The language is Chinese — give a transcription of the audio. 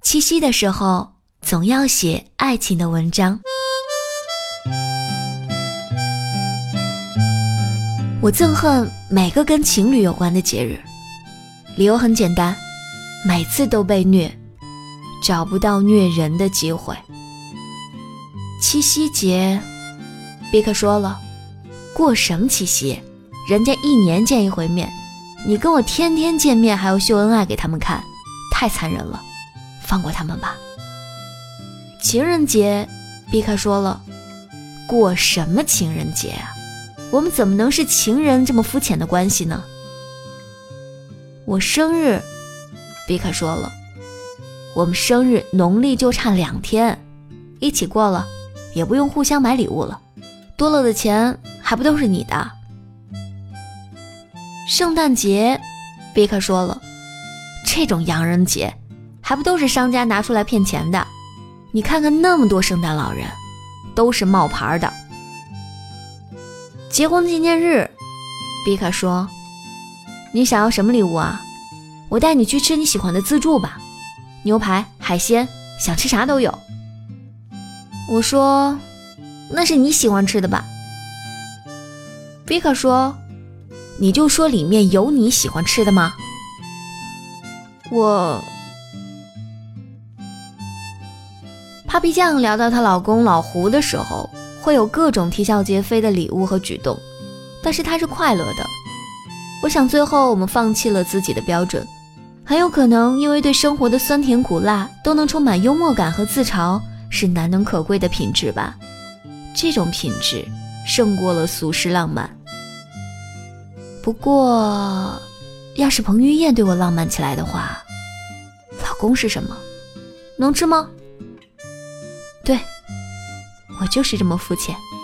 七夕的时候总要写爱情的文章。我憎恨每个跟情侣有关的节日，理由很简单，每次都被虐，找不到虐人的机会。七夕节，比克说了，过什么七夕？人家1年见一回面，你跟我天天见面还要秀恩爱给他们看，太残忍了，放过他们吧。情人节，比克说了，过什么情人节啊？我们怎么能是情人这么肤浅的关系呢？我生日，比克说了，我们生日农历就差2天，一起过了，也不用互相买礼物了，多了的钱还不都是你的。圣诞节，比克说了，这种洋人节还不都是商家拿出来骗钱的，你看看那么多圣诞老人都是冒牌的。结婚纪念日，比克说，你想要什么礼物啊？我带你去吃你喜欢的自助吧，牛排、海鲜，想吃啥都有。我说，那是你喜欢吃的吧？比克说，你就说里面有你喜欢吃的吗？帕皮酱聊到她老公老胡的时候，会有各种啼笑皆非的礼物和举动，但是她是快乐的。我想最后我们放弃了自己的标准，很有可能因为对生活的酸甜苦辣都能充满幽默感和自嘲，是难能可贵的品质吧。这种品质胜过了俗世浪漫。不过要是彭于晏对我浪漫起来的话，老公是什么？能吃吗？对，我就是这么肤浅。